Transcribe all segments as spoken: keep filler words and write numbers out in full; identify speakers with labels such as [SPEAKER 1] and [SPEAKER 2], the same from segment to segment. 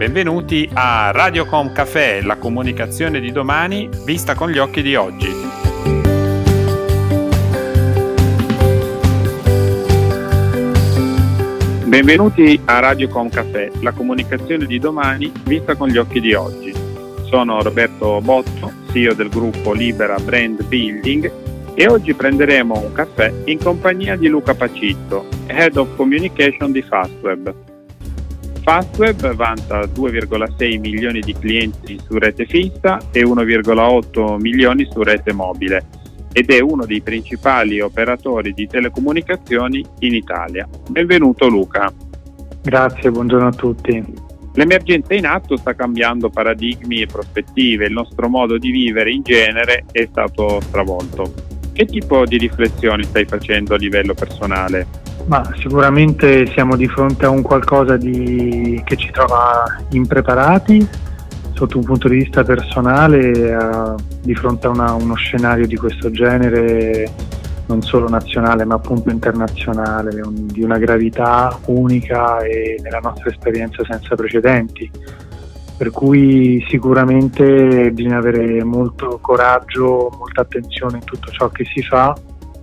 [SPEAKER 1] Benvenuti a Radiocom Café, la comunicazione di domani vista con gli occhi di oggi. Benvenuti a Radiocom Café, la comunicazione di domani vista con gli occhi di oggi. Sono Roberto Botto, C E O del gruppo Libera Brand Building, e oggi prenderemo un caffè in compagnia di Luca Pacitto, Head of Communication di Fastweb. Fastweb vanta due virgola sei milioni di clienti su rete fissa e uno virgola otto milioni su rete mobile ed è uno dei principali operatori di telecomunicazioni in Italia. Benvenuto Luca.
[SPEAKER 2] Grazie, buongiorno a tutti.
[SPEAKER 1] L'emergenza in atto sta cambiando paradigmi e prospettive, il nostro modo di vivere in genere è stato stravolto. Che tipo di riflessioni stai facendo a livello personale?
[SPEAKER 2] Ma sicuramente siamo di fronte a un qualcosa di che ci trova impreparati sotto un punto di vista personale, a, di fronte a una, uno scenario di questo genere non solo nazionale ma appunto internazionale, un, di una gravità unica e nella nostra esperienza senza precedenti, per cui sicuramente bisogna avere molto coraggio, molta attenzione in tutto ciò che si fa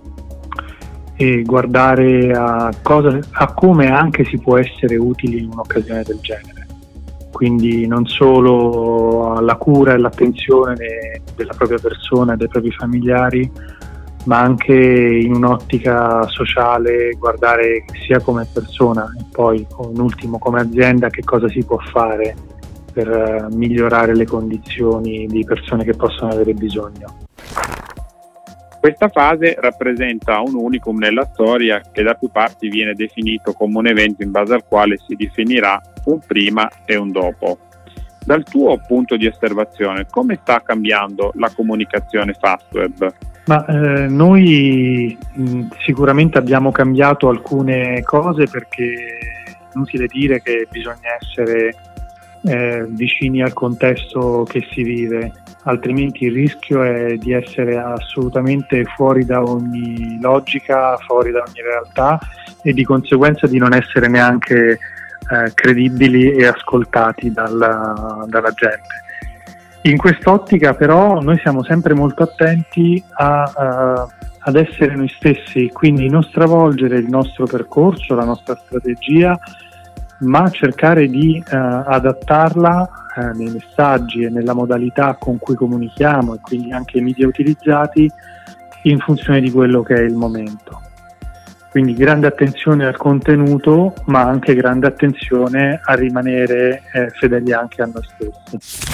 [SPEAKER 2] e guardare a, cosa, a come anche si può essere utili in un'occasione del genere. Quindi non solo alla cura e l'attenzione della propria persona e dei propri familiari, ma anche in un'ottica sociale, guardare sia come persona e poi in ultimo come azienda che cosa si può fare per migliorare le condizioni di persone che possono avere bisogno.
[SPEAKER 1] Questa fase rappresenta un unicum nella storia che da più parti viene definito come un evento in base al quale si definirà un prima e un dopo. Dal tuo punto di osservazione, come sta cambiando la comunicazione Fastweb?
[SPEAKER 2] Ma eh, noi mh, sicuramente abbiamo cambiato alcune cose, perché è inutile dire che bisogna essere eh, vicini al contesto che si vive, altrimenti il rischio è di essere assolutamente fuori da ogni logica, fuori da ogni realtà e di conseguenza di non essere neanche eh, credibili e ascoltati dalla, dalla gente. In quest'ottica però noi siamo sempre molto attenti a, a, ad essere noi stessi, quindi non stravolgere il nostro percorso, la nostra strategia, ma cercare di uh, adattarla uh, nei messaggi e nella modalità con cui comunichiamo e quindi anche i media utilizzati in funzione di quello che è il momento. Quindi grande attenzione al contenuto, ma anche grande attenzione a rimanere eh, fedeli anche a noi stessi.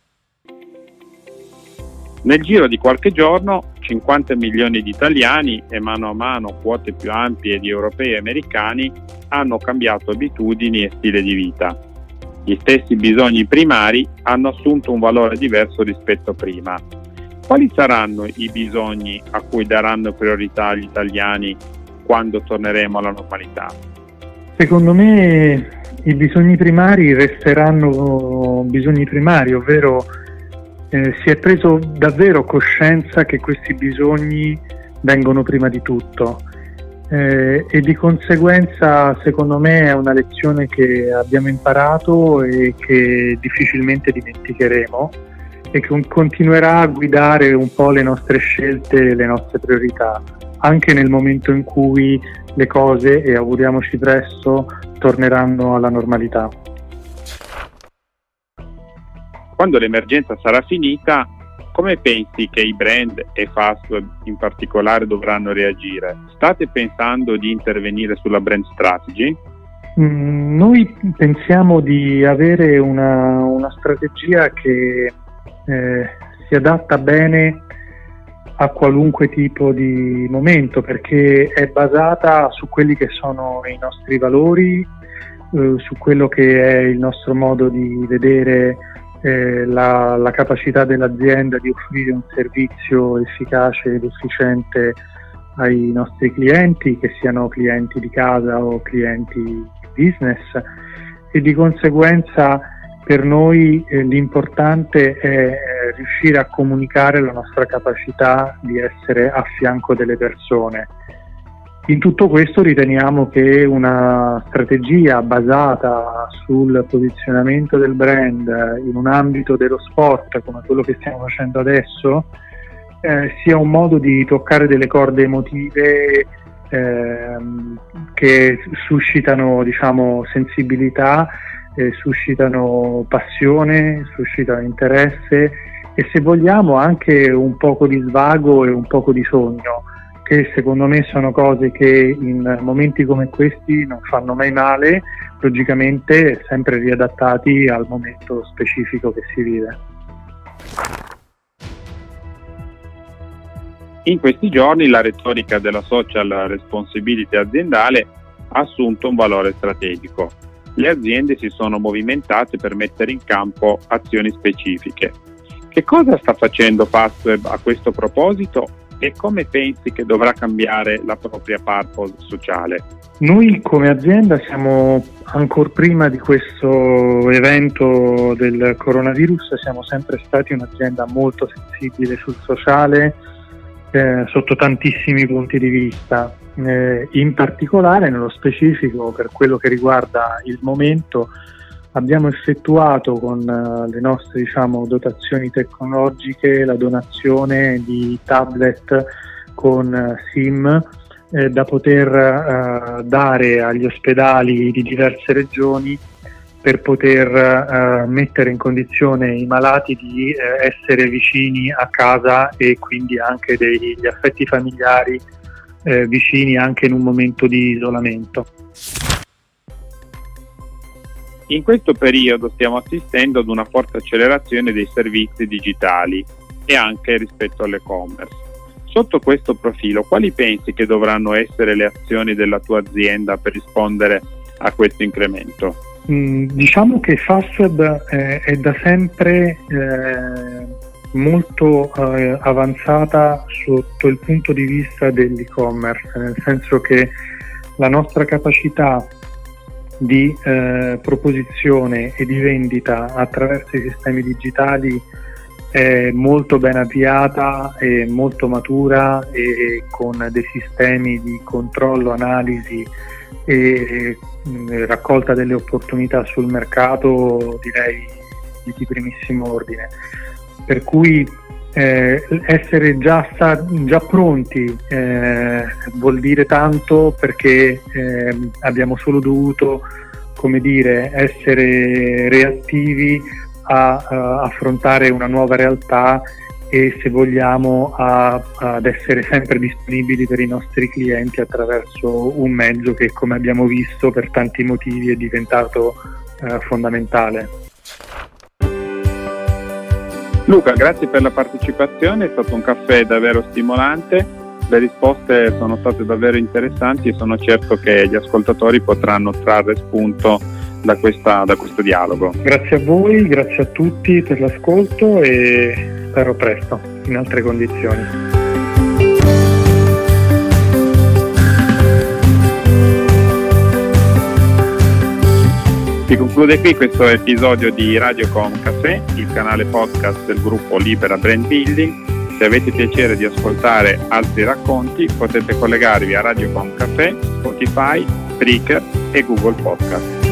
[SPEAKER 1] Nel giro di qualche giorno cinquanta milioni di italiani e mano a mano quote più ampie di europei e americani hanno cambiato abitudini e stile di vita. Gli stessi bisogni primari hanno assunto un valore diverso rispetto a prima. Quali saranno i bisogni a cui daranno priorità gli italiani quando torneremo alla normalità?
[SPEAKER 2] Secondo me i bisogni primari resteranno bisogni primari, ovvero eh, si è preso davvero coscienza che questi bisogni vengono prima di tutto. Eh, e di conseguenza secondo me è una lezione che abbiamo imparato e che difficilmente dimenticheremo e che continuerà a guidare un po' le nostre scelte e le nostre priorità anche nel momento in cui le cose, e auguriamoci presto, torneranno alla normalità.
[SPEAKER 1] Quando l'emergenza sarà finita, come pensi che i brand e Fastweb in particolare dovranno reagire? State pensando di intervenire sulla brand strategy?
[SPEAKER 2] Mm, noi pensiamo di avere una, una strategia che eh, si adatta bene a qualunque tipo di momento, perché è basata su quelli che sono i nostri valori, eh, su quello che è il nostro modo di vedere Eh, la, la capacità dell'azienda di offrire un servizio efficace ed efficiente ai nostri clienti, che siano clienti di casa o clienti di business, e di conseguenza per noi eh, l'importante è eh, riuscire a comunicare la nostra capacità di essere a fianco delle persone In tutto questo riteniamo che una strategia basata sul posizionamento del brand in un ambito dello sport come quello che stiamo facendo adesso eh, sia un modo di toccare delle corde emotive eh, che suscitano, diciamo, sensibilità, eh, suscitano passione, suscitano interesse e, se vogliamo, anche un poco di svago e un poco di sogno, che secondo me sono cose che in momenti come questi non fanno mai male, logicamente sempre riadattati al momento specifico che si vive.
[SPEAKER 1] In questi giorni la retorica della social responsibility aziendale ha assunto un valore strategico. Le aziende si sono movimentate per mettere in campo azioni specifiche. Che cosa sta facendo Fastweb a questo proposito e come pensi che dovrà cambiare la propria purpose sociale?
[SPEAKER 2] Noi come azienda siamo, ancor prima di questo evento del coronavirus, siamo sempre stati un'azienda molto sensibile sul sociale eh, sotto tantissimi punti di vista. Eh, in particolare, nello specifico, per quello che riguarda il momento, abbiamo effettuato con uh, le nostre, diciamo, dotazioni tecnologiche la donazione di tablet con uh, SIM eh, da poter uh, dare agli ospedali di diverse regioni per poter uh, mettere in condizione i malati di uh, essere vicini a casa e quindi anche degli affetti familiari uh, vicini anche in un momento di isolamento.
[SPEAKER 1] In questo periodo stiamo assistendo ad una forte accelerazione dei servizi digitali e anche rispetto all'e-commerce. Sotto questo profilo, quali pensi che dovranno essere le azioni della tua azienda per rispondere a questo incremento?
[SPEAKER 2] Mm, diciamo che Fastweb eh, è da sempre eh, molto eh, avanzata sotto il punto di vista dell'e-commerce, nel senso che la nostra capacità di eh, proposizione e di vendita attraverso i sistemi digitali è molto ben avviata e molto matura, e con dei sistemi di controllo, analisi e mh, raccolta delle opportunità sul mercato, direi di primissimo ordine. Per cui eh, essere già, sta, già pronti eh, vuol dire tanto, perché eh, abbiamo solo dovuto, come dire, essere reattivi a, a affrontare una nuova realtà e, se vogliamo, a, ad essere sempre disponibili per i nostri clienti attraverso un mezzo che, come abbiamo visto, per tanti motivi è diventato eh, fondamentale.
[SPEAKER 1] Luca, grazie per la partecipazione, è stato un caffè davvero stimolante, le risposte sono state davvero interessanti e sono certo che gli ascoltatori potranno trarre spunto da, questa, da questo dialogo.
[SPEAKER 2] Grazie a voi, grazie a tutti per l'ascolto e spero presto, in altre condizioni.
[SPEAKER 1] Si conclude qui questo episodio di Radiocom Café, il canale podcast del gruppo Libera Brand Building. Se avete piacere di ascoltare altri racconti, potete collegarvi a Radiocom Café, Spotify, Spreaker e Google Podcast.